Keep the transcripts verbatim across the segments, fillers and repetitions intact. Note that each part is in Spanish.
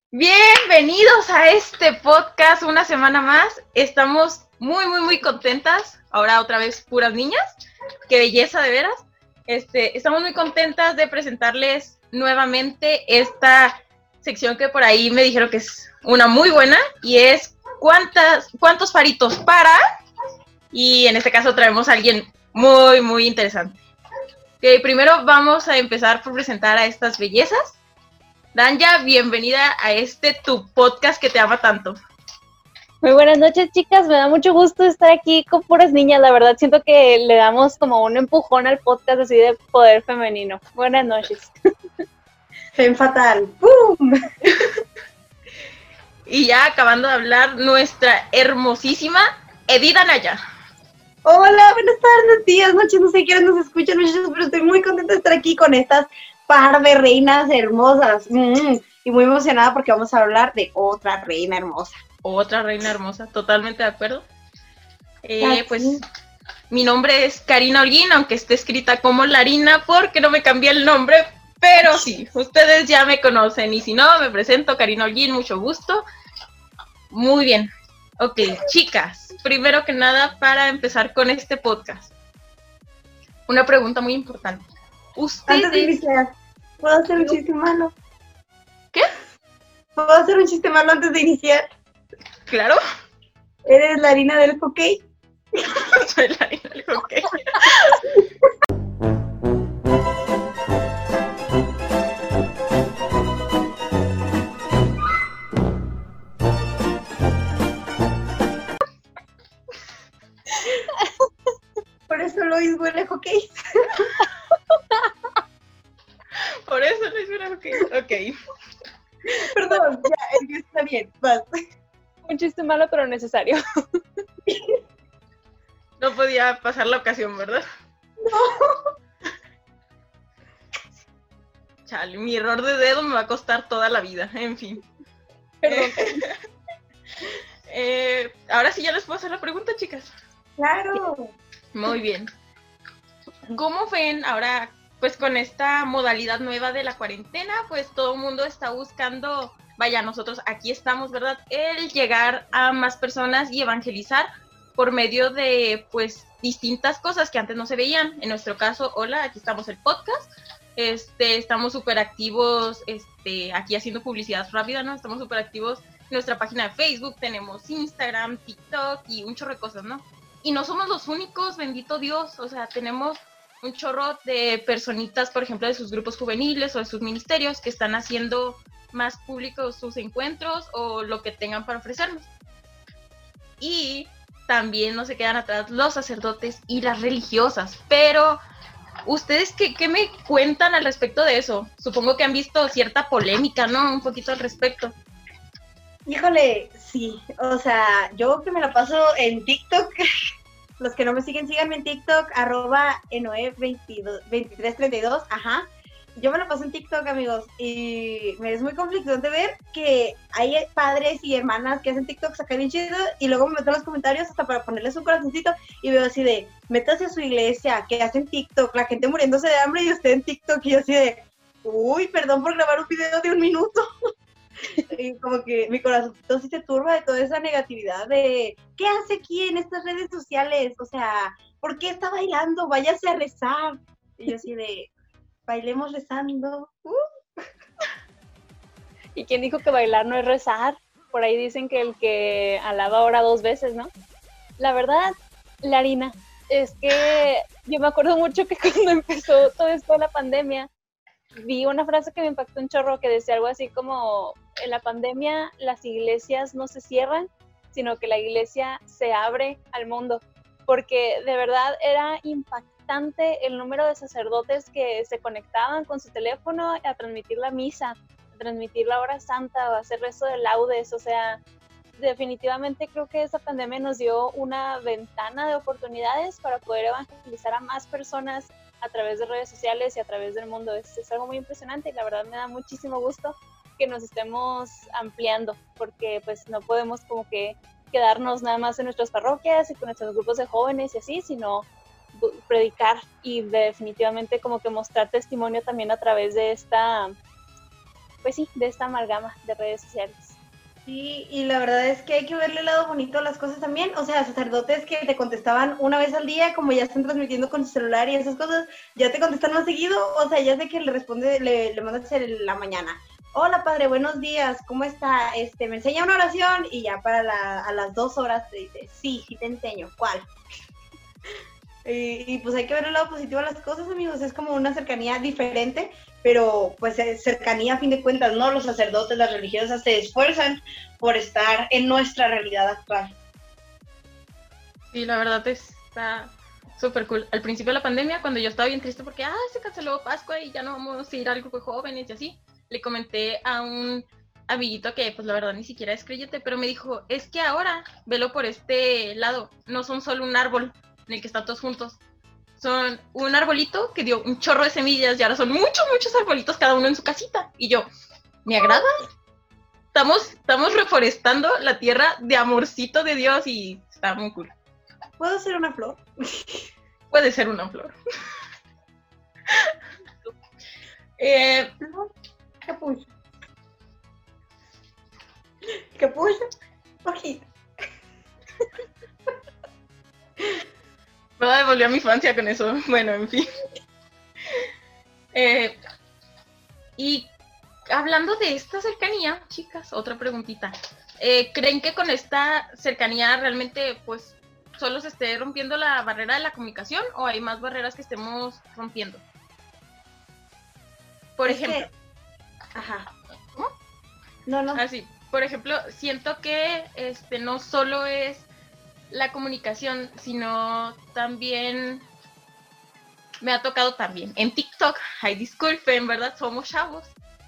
Bienvenidos a este podcast una semana más. Estamos muy, muy, muy contentas. Ahora otra vez puras niñas. Qué belleza de veras. Este, estamos muy contentas de presentarles nuevamente esta sección que por ahí me dijeron que es una muy buena y es cuántas, cuántos faritos para. Y en este caso traemos a alguien muy, muy interesante. Okay, primero vamos a empezar por presentar a estas bellezas. Danya, bienvenida a este tu podcast que te ama tanto. Muy buenas noches, chicas. Me da mucho gusto estar aquí con puras niñas. La verdad, siento que le damos como un empujón al podcast así de poder femenino. Buenas noches. Fem fatal. ¡Pum! Y ya acabando de hablar, nuestra hermosísima Edith Anaya. Hola, buenas tardes, días, noches, no sé quiénes nos escuchan, muchachos, pero estoy muy contenta de estar aquí con estas par de reinas hermosas. Mm, y muy emocionada porque vamos a hablar de otra reina hermosa. Otra reina hermosa, totalmente de acuerdo. Eh, pues mi nombre es Karina Holguín, aunque esté escrita como Larina porque no me cambié el nombre, pero sí, ustedes ya me conocen y si no, me presento, Karina Holguín, mucho gusto. Muy bien. Ok, chicas, primero que nada, para empezar con este podcast, una pregunta muy importante. Ustedes... Antes de iniciar, ¿puedo hacer un chiste malo? ¿Qué? ¿Puedo hacer un chiste malo antes de iniciar? Claro. ¿Eres la harina del hockey? Soy la harina del hockey. Por eso Lois huele a hockey. Por eso Lois huele a hockey. Ok. Perdón, ya, el que está bien, vas. Un chiste malo, pero necesario. No podía pasar la ocasión, ¿verdad? No. Chale, mi error de dedo me va a costar toda la vida. En fin. Perdón. Eh, ahora sí ya les puedo hacer la pregunta, chicas. Claro. Muy bien. ¿Cómo ven ahora, pues con esta modalidad nueva de la cuarentena? Pues todo el mundo está buscando, vaya, nosotros aquí estamos, ¿verdad? El llegar a más personas y evangelizar por medio de, pues, distintas cosas que antes no se veían. En nuestro caso, hola, aquí estamos el podcast. Este, estamos súper activos, este, aquí haciendo publicidad rápida, ¿no? Estamos súper activos en nuestra página de Facebook, tenemos Instagram, TikTok y un chorro de cosas, ¿no? Y no somos los únicos, bendito Dios, o sea, tenemos un chorro de personitas, por ejemplo, de sus grupos juveniles o de sus ministerios que están haciendo más públicos sus encuentros o lo que tengan para ofrecernos. Y también no se quedan atrás los sacerdotes y las religiosas, pero ¿ustedes qué, qué me cuentan al respecto de eso? Supongo que han visto cierta polémica, ¿no? Un poquito al respecto. Híjole, sí, o sea, yo que me la paso en TikTok, los que no me siguen, síganme en TikTok, arroba enoe veintitrés treinta y dos, ajá, yo me la paso en TikTok, amigos, y me es muy conflictuante ver que hay padres y hermanas que hacen TikTok, sacan bien chido, y luego me meto en los comentarios hasta para ponerles un corazoncito, y veo así de, métase a su iglesia, que hacen TikTok, la gente muriéndose de hambre y usted en TikTok, y yo así de, uy, perdón por grabar un video de un minuto. Y como que mi corazoncito sí se turba de toda esa negatividad de ¿qué hace aquí en estas redes sociales? O sea, ¿por qué está bailando? Váyase a rezar. Y yo así de, bailemos rezando. Uh. ¿Y quién dijo que bailar no es rezar? Por ahí dicen que el que alaba ora dos veces, ¿no? La verdad, Larina, es que yo me acuerdo mucho que cuando empezó todo esto de la pandemia, vi una frase que me impactó un chorro que decía algo así como, en la pandemia las iglesias no se cierran, sino que la iglesia se abre al mundo, porque de verdad era impactante el número de sacerdotes que se conectaban con su teléfono a transmitir la misa, a transmitir la hora santa o a hacer rezo de laudes, o sea, definitivamente creo que esta pandemia nos dio una ventana de oportunidades para poder evangelizar a más personas a través de redes sociales y a través del mundo. Es, es algo muy impresionante y la verdad me da muchísimo gusto que nos estemos ampliando, porque pues no podemos como que quedarnos nada más en nuestras parroquias y con nuestros grupos de jóvenes y así, sino predicar y definitivamente como que mostrar testimonio también a través de esta pues sí, de esta amalgama de redes sociales. Sí, y la verdad es que hay que verle el lado bonito a las cosas también. O sea, sacerdotes que te contestaban una vez al día, como ya están transmitiendo con su celular y esas cosas, ya te contestan más seguido. O sea, ya sé que le responde, le, le mandas en la mañana. Hola, padre, buenos días, ¿cómo está? Este, me enseña una oración y ya para la, a las dos horas te dice, sí, sí te enseño, ¿cuál? y, y pues hay que ver el lado positivo a las cosas, amigos. Es como una cercanía diferente, pero pues es cercanía a fin de cuentas, ¿no? Los sacerdotes, las religiosas se esfuerzan por estar en nuestra realidad actual. Sí, la verdad está súper cool. Al principio de la pandemia, cuando yo estaba bien triste porque ah, se canceló Pascua y ya no vamos a ir al grupo de jóvenes y así, le comenté a un amiguito que pues la verdad ni siquiera es creyente, pero me dijo, es que ahora, velo por este lado, no son solo un árbol en el que están todos juntos, son un arbolito que dio un chorro de semillas y ahora son muchos, muchos arbolitos cada uno en su casita. Y yo, ¿me agrada? Estamos, estamos reforestando la tierra de amorcito de Dios y está muy cool. ¿Puedo ser una flor? Puede ser una flor. eh, Capullo. Capullo. Hojita. Me devolvió a mi infancia con eso. Bueno, en fin. Eh, y hablando de esta cercanía, chicas, otra preguntita. Eh, ¿Creen que con esta cercanía realmente, pues, solo se esté rompiendo la barrera de la comunicación o hay más barreras que estemos rompiendo? Por es ejemplo. Que... Ajá. ¿Cómo? No, no. Así, por ejemplo, siento que este no solo es la comunicación, sino también me ha tocado también en TikTok, ay disculpen, ¿verdad? Somos chavos.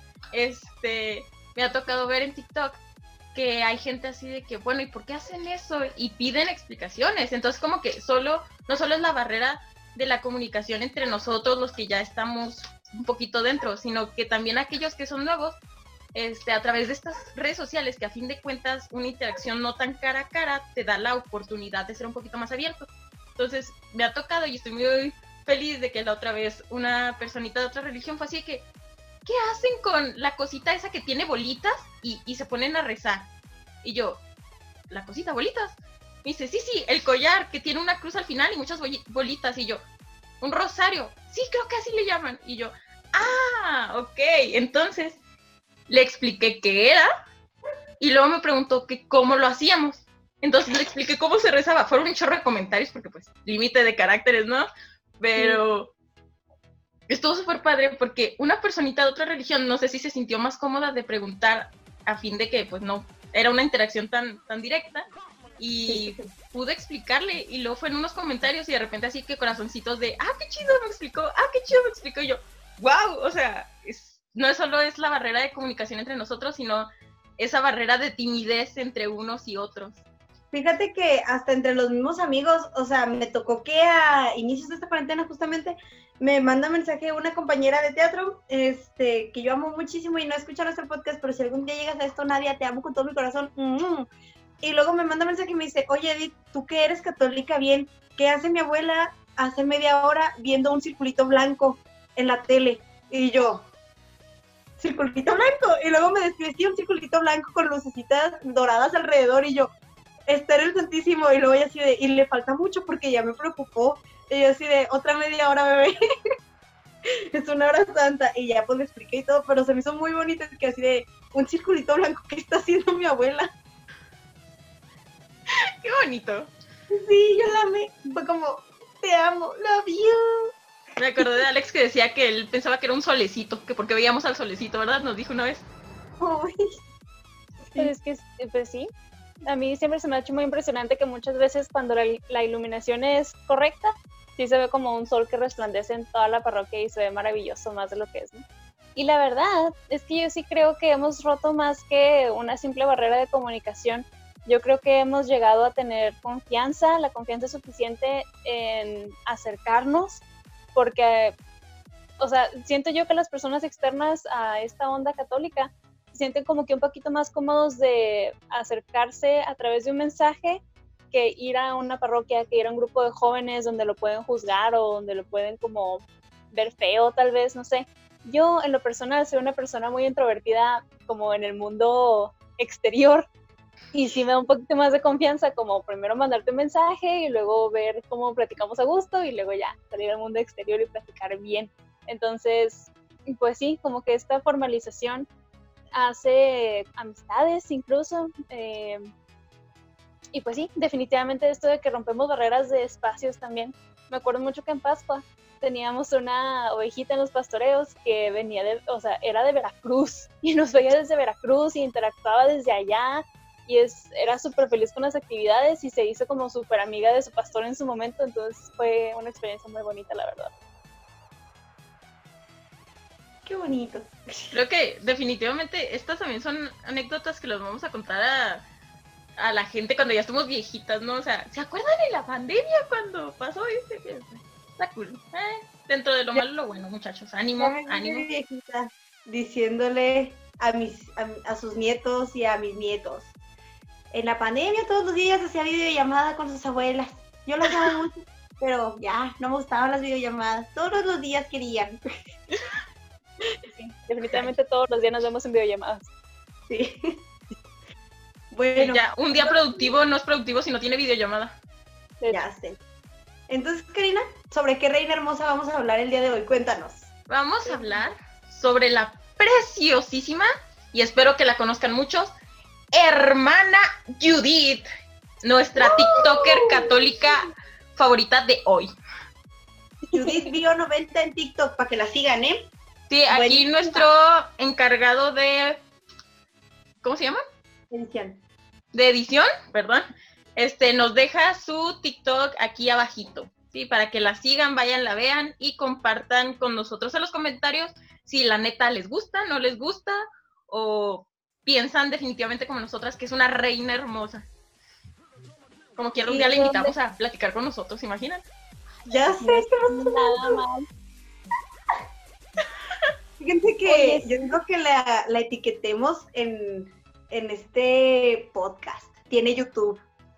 Este, me ha tocado ver en TikTok que hay gente así de que, bueno, ¿y por qué hacen eso? Y piden explicaciones. Entonces, como que solo, no solo es la barrera de la comunicación entre nosotros, los que ya estamos un poquito dentro, sino que también aquellos que son nuevos, este, a través de estas redes sociales, que a fin de cuentas una interacción no tan cara a cara te da la oportunidad de ser un poquito más abierto. Entonces, me ha tocado y estoy muy feliz de que la otra vez una personita de otra religión fue así de que, ¿qué hacen con la cosita esa que tiene bolitas y, y se ponen a rezar? Y yo, ¿la cosita, bolitas? Me dice, sí, sí, el collar que tiene una cruz al final y muchas bolitas. Y yo, un rosario. Sí, creo que así le llaman. Y yo, ah, ok. Entonces, le expliqué qué era y luego me preguntó que cómo lo hacíamos. Entonces le expliqué cómo se rezaba. Fueron un chorro de comentarios porque pues límite de caracteres, ¿no? Pero sí, estuvo súper padre porque una personita de otra religión no sé si se sintió más cómoda de preguntar a fin de que pues no era una interacción tan, tan directa y pude explicarle y luego fue en unos comentarios y de repente así que corazoncitos de ah, qué chido me explicó, ah, qué chido me explicó y yo, wow, o sea, es, no solo es la barrera de comunicación entre nosotros, sino esa barrera de timidez entre unos y otros. Fíjate que hasta entre los mismos amigos, o sea, me tocó que a inicios de esta cuarentena justamente me manda mensaje una compañera de teatro, este, que yo amo muchísimo y no escucha nuestro podcast, pero si algún día llegas a esto, Nadia, te amo con todo mi corazón. Mm-hmm. Y luego me manda mensaje y me dice, oye Edith, tú que eres católica bien, ¿qué hace mi abuela hace media hora viendo un circulito blanco en la tele? Y yo, circulito blanco, y luego me describí un circulito blanco con lucecitas doradas alrededor y yo, está en el Santísimo, y luego ella así de, y le falta mucho porque ya me preocupó, y yo así de, otra media hora, bebé, es una hora santa, y ya pues le expliqué y todo, pero se me hizo muy bonito, que así de, un circulito blanco, ¿qué está haciendo mi abuela? ¡Qué bonito! Sí, yo la amé, fue como, te amo, love you. Me acordé de Alex que decía que él pensaba que era un solecito, que porque veíamos al solecito, ¿verdad? Nos dijo una vez. Uy. Pues es que, pues sí, a mí siempre se me ha hecho muy impresionante que muchas veces cuando la, la iluminación es correcta, sí se ve como un sol que resplandece en toda la parroquia y se ve maravilloso más de lo que es, ¿no? Y la verdad es que yo sí creo que hemos roto más que una simple barrera de comunicación. Yo creo que hemos llegado a tener confianza, la confianza suficiente en acercarnos, porque, o sea, siento yo que las personas externas a esta onda católica se sienten como que un poquito más cómodos de acercarse a través de un mensaje que ir a una parroquia, que ir a un grupo de jóvenes donde lo pueden juzgar o donde lo pueden como ver feo tal vez, no sé. Yo, en lo personal, soy una persona muy introvertida como en el mundo exterior, y sí me da un poquito más de confianza como primero mandarte un mensaje y luego ver cómo platicamos a gusto y luego ya salir al mundo exterior y platicar bien. Entonces, pues sí, como que esta formalización hace amistades incluso. Eh, y pues sí, definitivamente esto de que rompemos barreras de espacios también. Me acuerdo mucho que en Pascua teníamos una ovejita en los pastoreos que venía de, o sea, era de Veracruz y nos veía desde Veracruz y interactuaba desde allá y es, era súper feliz con las actividades y se hizo como súper amiga de su pastor en su momento, entonces fue una experiencia muy bonita, la verdad. Qué bonito. Creo que definitivamente estas también son anécdotas que los vamos a contar a, a la gente cuando ya estemos viejitas, ¿no? O sea, ¿se acuerdan de la pandemia cuando pasó este? Está cool. Eh, dentro de lo malo, lo bueno, muchachos. Ánimo, Ya me ánimo. vi viejita diciéndole a mis a, a sus nietos y a mis nietos. En la pandemia todos los días hacía videollamada con sus abuelas. Yo las amo mucho, pero ya no me gustaban las videollamadas. Todos los días querían. Sí, definitivamente todos los días nos vemos en videollamadas. Sí. Bueno, ya, un día productivo no es productivo si no tiene videollamada. Ya sé. Entonces, Karina, ¿sobre qué reina hermosa vamos a hablar el día de hoy? Cuéntanos. Vamos a hablar sobre la preciosísima, y espero que la conozcan muchos, hermana Judith, nuestra ¡Oh! TikToker católica favorita de hoy. Judith Bio noventa en TikTok, para que la sigan, ¿eh? Sí, aquí buenísima. Nuestro encargado de... ¿Cómo se llama? Edición. De edición, perdón. Este, nos deja su TikTok aquí abajito, ¿sí? Para que la sigan, vayan, la vean y compartan con nosotros en los comentarios si la neta les gusta, no les gusta, o piensan definitivamente como nosotras que es una reina hermosa. Como quiera, un día la invitamos a platicar con nosotros, ¿se imaginan? Ya sé, que no nada mal. Fíjense que Oye, yo digo que la, la etiquetemos en, en este podcast. Tiene YouTube.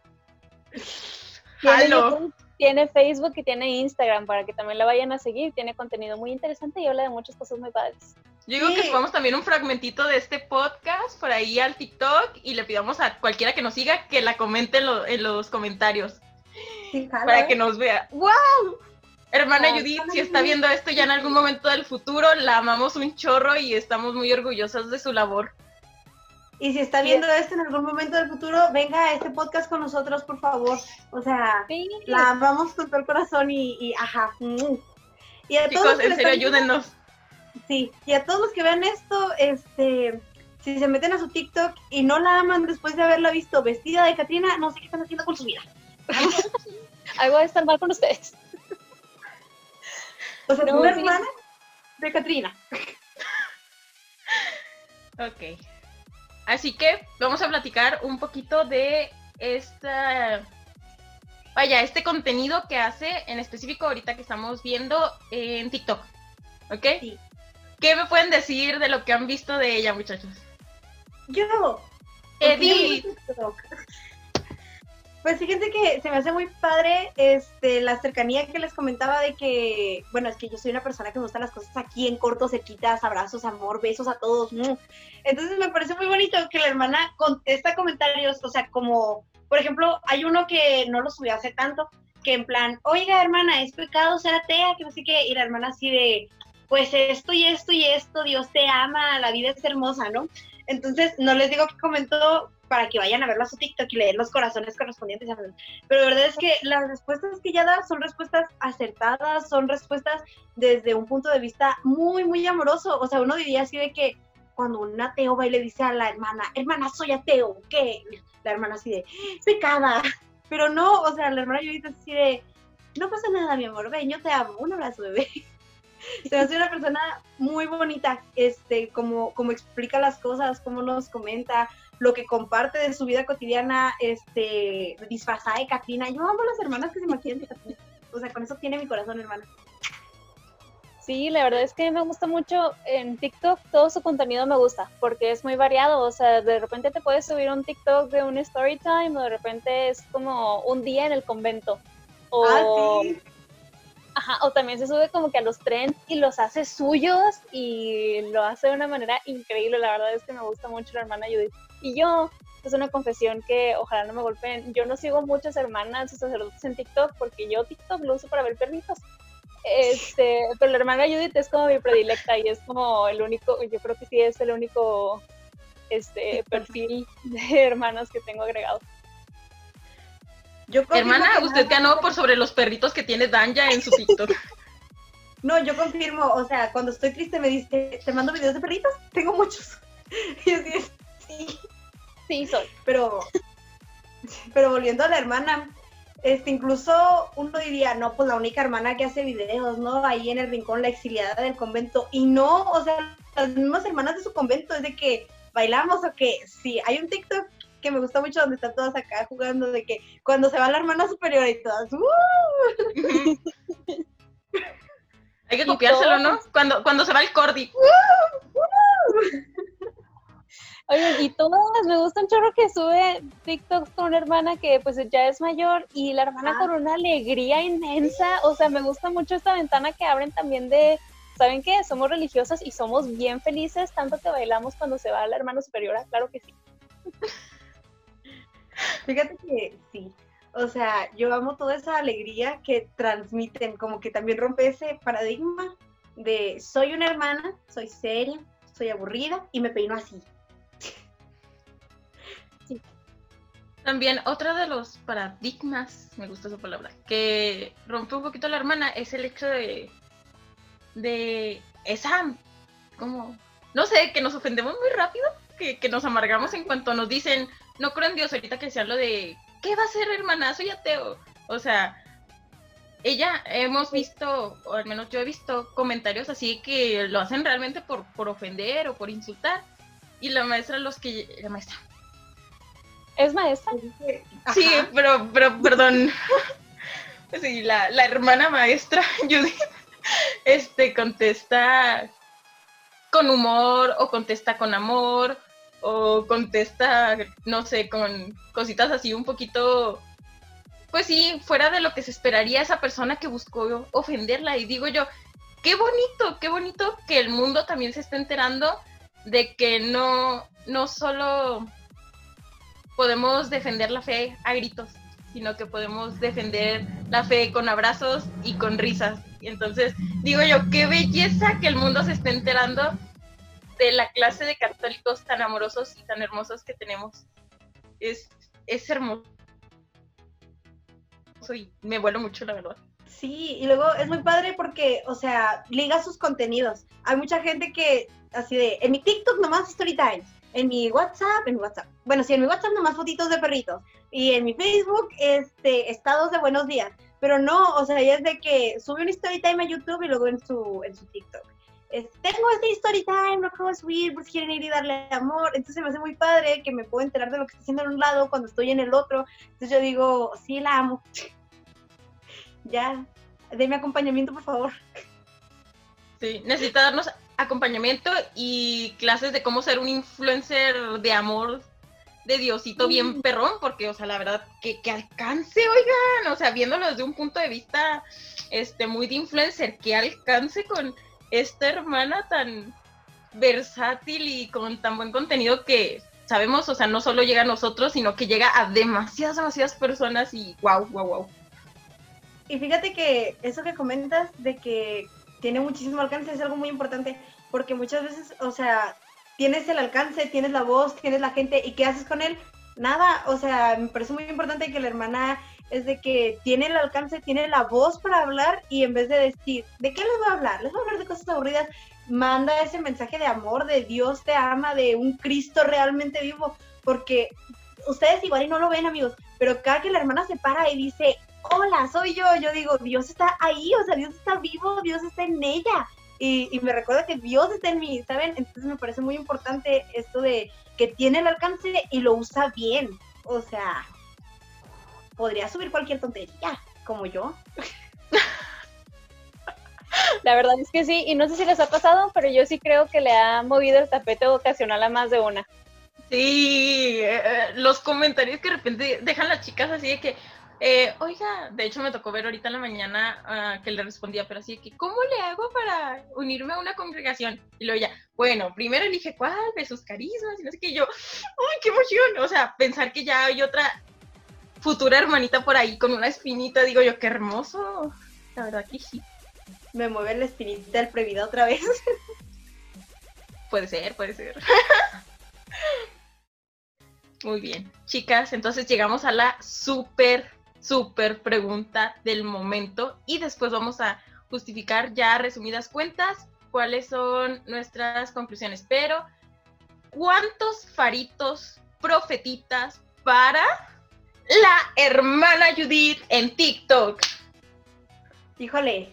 Tiene YouTube, tiene Facebook y tiene Instagram para que también la vayan a seguir. Tiene contenido muy interesante y habla de muchas cosas muy padres. Yo digo sí. que subamos también un fragmentito de este podcast por ahí al TikTok y le pidamos a cualquiera que nos siga que la comente en, lo, en los comentarios. Sí, claro, para ¿eh? Que nos vea. ¡Wow! Hermana oh, Judith, si está viendo esto ya en algún momento del futuro, la amamos un chorro y estamos muy orgullosas de su labor. Y si está viendo sí. esto en algún momento del futuro, venga a este podcast con nosotros, por favor. O sea, sí. la amamos con todo el corazón y, y ajá. Y a Chicos, todos en serio, ayúdennos. Sí, y a todos los que vean esto, este, si se meten a su TikTok y no la aman después de haberla visto vestida de Catrina, no sé qué están haciendo con su vida. Algo de estar mal con ustedes. O sea, no, una hermana de Catrina. Ok. Así que vamos a platicar un poquito de esta, vaya, este contenido que hace en específico ahorita que estamos viendo en TikTok, ¿ok? Sí. ¿Qué me pueden decir de lo que han visto de ella, muchachos? Yo, Edith. Pues fíjense que se me hace muy padre este, la cercanía que les comentaba de que, bueno, es que yo soy una persona que me gustan las cosas aquí en corto, cerquitas, abrazos, amor, besos a todos. Entonces me parece muy bonito que la hermana contesta comentarios, o sea, como, por ejemplo, hay uno que no lo subió hace tanto, que en plan, oiga, hermana, es pecado ser atea, que no sé qué, y la hermana así de, pues esto y esto y esto, Dios te ama, la vida es hermosa, ¿no? Entonces, no les digo que comentó para que vayan a verlo a su TikTok y le den los corazones correspondientes. Pero la verdad es que las respuestas que ella da son respuestas acertadas, son respuestas desde un punto de vista muy, muy amoroso. O sea, uno diría así de que cuando un ateo va y le dice a la hermana, hermana, soy ateo, ¿qué? La hermana así de, pecada. Pero no, o sea, la hermana Judith así de, no pasa nada, mi amor, ven, yo te amo, un abrazo, bebé. Se me hace una persona muy bonita, este, como, como explica las cosas, cómo nos comenta, lo que comparte de su vida cotidiana, este, disfrazada de Catrina. Yo amo a las hermanas que se maquillan de Catrina. O sea, con eso tiene mi corazón, hermana. Sí, la verdad es que me gusta mucho en TikTok, todo su contenido me gusta, porque es muy variado, o sea, de repente te puedes subir un TikTok de un story time, o de repente es como un día en el convento, o... Ah, sí. Ajá, o también se sube como que a los trends y los hace suyos y lo hace de una manera increíble. La verdad es que me gusta mucho la hermana Judith. Y yo, es una confesión que ojalá no me golpeen, yo no sigo muchas hermanas o sacerdotes en TikTok porque yo TikTok lo uso para ver perritos. Este, pero la hermana Judith es como mi predilecta y es como el único, yo creo que sí es el único este perfil de hermanas que tengo agregado. Yo Hermana, que usted ganó por sobre los perritos que tiene Danja en su TikTok. No, yo confirmo, o sea, cuando estoy triste me dice, ¿te mando videos de perritos? Tengo muchos. Y así, sí. Sí, soy. Pero, pero volviendo a la hermana, este, incluso uno diría, no, pues la única hermana que hace videos, ¿no? Ahí en el rincón, la exiliada del convento. Y no, o sea, las mismas hermanas de su convento, es de que bailamos o que sí, hay un TikTok que me gusta mucho donde están todas acá jugando, de que cuando se va la hermana superior y todas, ¡uh! Hay que copiárselo, ¿no? Cuando, cuando se va el Cordy. Oye, y todas, me gusta un chorro que sube TikToks con una hermana que pues ya es mayor y la hermana ah. con una alegría inmensa, o sea, me gusta mucho esta ventana que abren también de, ¿saben qué? Somos religiosas y somos bien felices, tanto que bailamos cuando se va la hermana superiora, claro que sí. Fíjate que sí, o sea, yo amo toda esa alegría que transmiten, como que también rompe ese paradigma de soy una hermana, soy seria, soy aburrida y me peino así. Sí. También otro de los paradigmas, me gusta esa palabra, que rompe un poquito la hermana es el hecho de, de esa, como, no sé, que nos ofendemos muy rápido, que, que nos amargamos en cuanto nos dicen, no creo en Dios, ahorita que decían lo de, ¿qué va a ser, hermana? Soy ateo. O sea, ella, hemos visto, o al menos yo he visto comentarios así que lo hacen realmente por, por ofender o por insultar, y la maestra los que, la maestra. ¿Es maestra? Sí, pero, pero, perdón. Sí, la, la hermana maestra, Judith, este, contesta con humor, o contesta con amor, o contesta, no sé, con cositas así un poquito, pues sí, fuera de lo que se esperaría esa persona que buscó ofenderla. Y digo yo, qué bonito, qué bonito que el mundo también se esté enterando de que no, no solo podemos defender la fe a gritos, sino que podemos defender la fe con abrazos y con risas. Y entonces digo yo, qué belleza que el mundo se esté enterando de la clase de católicos tan amorosos y tan hermosos que tenemos. Es, es hermoso y me vuelo mucho, la verdad. Sí, y luego es muy padre porque, o sea, liga sus contenidos. Hay mucha gente que, así de, en mi TikTok nomás story times, en mi WhatsApp, en mi WhatsApp, bueno, sí, en mi WhatsApp nomás fotitos de perritos, y en mi Facebook, este, estados de buenos días, pero no, o sea, ya es de que sube un story time a YouTube y luego en su, en su TikTok. Es, tengo este story time, lo acabo de subir, pues quieren ir y darle amor, entonces me hace muy padre que me puedo enterar de lo que está haciendo en un lado cuando estoy en el otro, entonces yo digo, sí, la amo. Ya, denme acompañamiento, por favor. Sí, necesita darnos acompañamiento y clases de cómo ser un influencer de amor, de Diosito bien perrón, porque, o sea, la verdad, que, que alcance, oigan, o sea, viéndolo desde un punto de vista este, muy de influencer, que alcance con esta hermana tan versátil y con tan buen contenido que sabemos, o sea, no solo llega a nosotros, sino que llega a demasiadas, demasiadas personas y wow, wow, wow. Y fíjate que eso que comentas de que tiene muchísimo alcance es algo muy importante, porque muchas veces, o sea, tienes el alcance, tienes la voz, tienes la gente, ¿y qué haces con él? Nada, o sea, me parece muy importante que la hermana es de que tiene el alcance, tiene la voz para hablar, y en vez de decir, ¿de qué les voy a hablar? Les voy a hablar de cosas aburridas, manda ese mensaje de amor, de Dios te ama, de un Cristo realmente vivo, porque ustedes igual y no lo ven, amigos, pero cada que la hermana se para y dice, hola, soy yo, yo digo, Dios está ahí, o sea, Dios está vivo, Dios está en ella, y, y me recuerda que Dios está en mí, ¿saben? Entonces me parece muy importante esto de que tiene el alcance y lo usa bien, o sea, podría subir cualquier tontería, como yo. La verdad es que sí, y no sé si les ha pasado, pero yo sí creo que le ha movido el tapete vocacional a más de una. Sí, eh, los comentarios que de repente dejan las chicas así de que, Eh, oiga, de hecho me tocó ver ahorita en la mañana uh, que le respondía, pero así que, ¿cómo le hago para unirme a una congregación? Y luego ya, bueno, primero elige cuál de sus carismas, y no sé qué, y yo, ¡uy, qué emoción! O sea, pensar que ya hay otra futura hermanita por ahí con una espinita, digo yo, qué hermoso. La verdad que sí. Me mueve la espinita del prohibido otra vez. Puede ser, puede ser. Muy bien, chicas, entonces llegamos a la súper, súper pregunta del momento y después vamos a justificar ya resumidas cuentas cuáles son nuestras conclusiones. Pero, ¿cuántos faritos profetitas para la hermana Judith en TikTok? Híjole.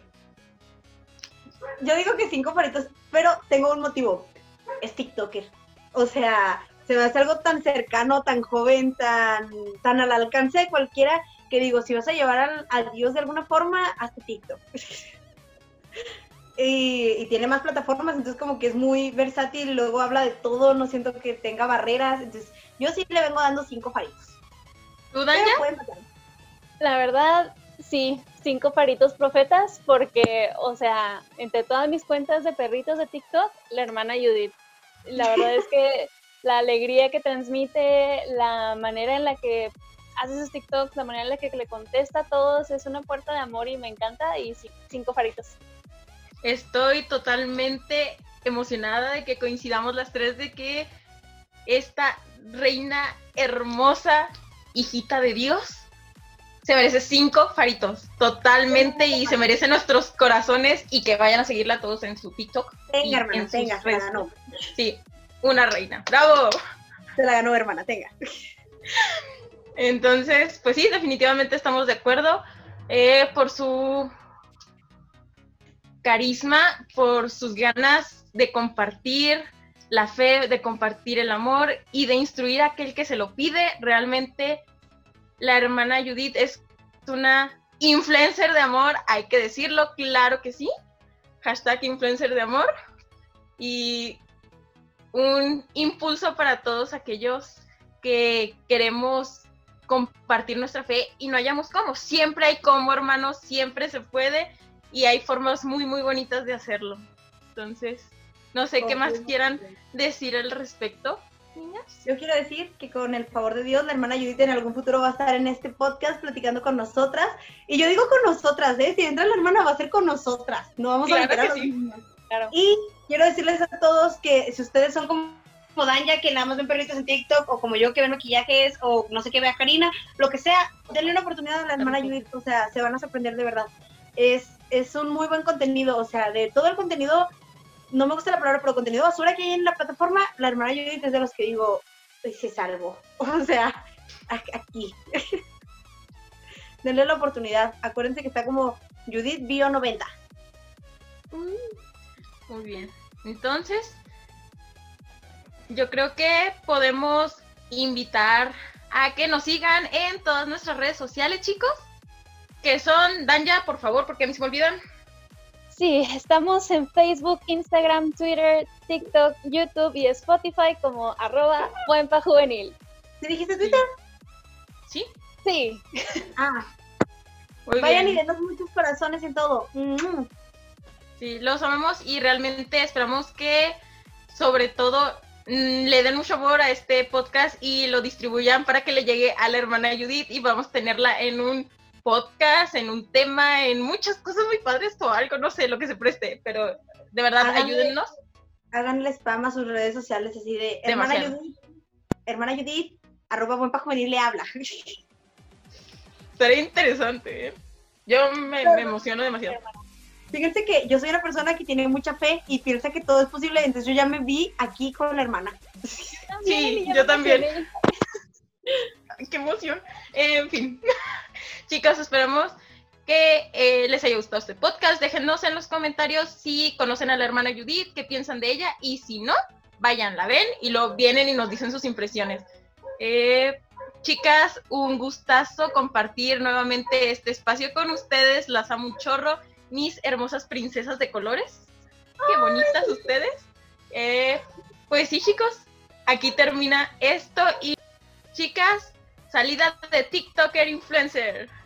Yo digo que cinco faritos, pero tengo un motivo. Es TikToker. O sea, se me hace algo tan cercano, tan joven, tan, tan al alcance de cualquiera, que digo, si vas a llevar al, a Dios de alguna forma, hazte TikTok. y, y tiene más plataformas, entonces como que es muy versátil, luego habla de todo, no siento que tenga barreras, entonces yo sí le vengo dando cinco faritos. ¿Tú, Danya? La verdad, sí, cinco faritos profetas, porque, o sea, entre todas mis cuentas de perritos de TikTok, la hermana Judith. La verdad es que la alegría que transmite, la manera en la que hace sus TikToks, la manera en la que le contesta a todos, es una puerta de amor y me encanta, y sí, cinco faritos. Estoy totalmente emocionada de que coincidamos las tres de que esta reina hermosa, hijita de Dios, se merece cinco faritos, totalmente, y se merece nuestros corazones y que vayan a seguirla todos en su TikTok. Tenga, hermana, tenga, se la ganó. Sí, una reina, ¡bravo! Se la ganó, hermana, tenga. Entonces, pues sí, definitivamente estamos de acuerdo eh, por su carisma, por sus ganas de compartir la fe, de compartir el amor y de instruir a aquel que se lo pide. Realmente la hermana Judith es una influencer de amor, hay que decirlo, claro que sí. Hashtag influencer de amor. Y un impulso para todos aquellos que queremos compartir nuestra fe y no hayamos cómo. Siempre hay cómo, hermanos, siempre se puede y hay formas muy, muy bonitas de hacerlo. Entonces, no sé qué más quieran decir al respecto, niñas. Yo quiero decir que con el favor de Dios, la hermana Judith en algún futuro va a estar en este podcast platicando con nosotras. Y yo digo con nosotras, ¿eh? Si entra la hermana va a ser con nosotras. No vamos claro a meter a los sí. niños. Claro. Y quiero decirles a todos que si ustedes son como como Danya, que nada más ven perritos en TikTok, o como yo que ven maquillajes, o no sé qué vea Karina, lo que sea, denle una oportunidad a la hermana Judith, o sea, se van a sorprender de verdad. Es, es un muy buen contenido, o sea, de todo el contenido, no me gusta la palabra, pero contenido basura que hay en la plataforma, la hermana Judith es de los que digo, pues se salvo, o sea, aquí. Denle la oportunidad, acuérdense que está como Judith Bio noventa. Muy bien, entonces yo creo que podemos invitar a que nos sigan en todas nuestras redes sociales, chicos, que son, Danya, por favor, porque a mí se me olvidan. Sí, estamos en Facebook, Instagram, Twitter, TikTok, YouTube y Spotify como arroba buenpajuvenil. ¿Te dijiste Twitter? ¿Sí? Sí. Ah, muy vayan bien. y denos muchos corazones en todo. Mm. Sí, los amamos y realmente esperamos que, sobre todo, le den mucho amor a este podcast y lo distribuyan para que le llegue a la hermana Judith y vamos a tenerla en un podcast, en un tema, en muchas cosas muy padres o algo, no sé, lo que se preste, pero de verdad, Háganle, ayúdennos. Háganle spam a sus redes sociales así de hermana Demasiado. Judith, hermana Judith, arroba buen pajuvenil le habla. Sería interesante, ¿eh? Yo me, me emociono demasiado. Fíjense que yo soy una persona que tiene mucha fe y piensa que todo es posible, entonces yo ya me vi aquí con la hermana. Sí, yo también. Qué emoción. En fin, chicos, esperamos que eh, les haya gustado este podcast. Déjenos en los comentarios si conocen a la hermana Judith, qué piensan de ella, y si no, vayan, la ven y luego vienen y nos dicen sus impresiones. Eh, chicas, un gustazo compartir nuevamente este espacio con ustedes. Las amo un chorro, mis hermosas princesas de colores. Qué bonitas ustedes. Eh, pues sí, chicos, aquí termina esto y chicas, salida de TikToker influencer.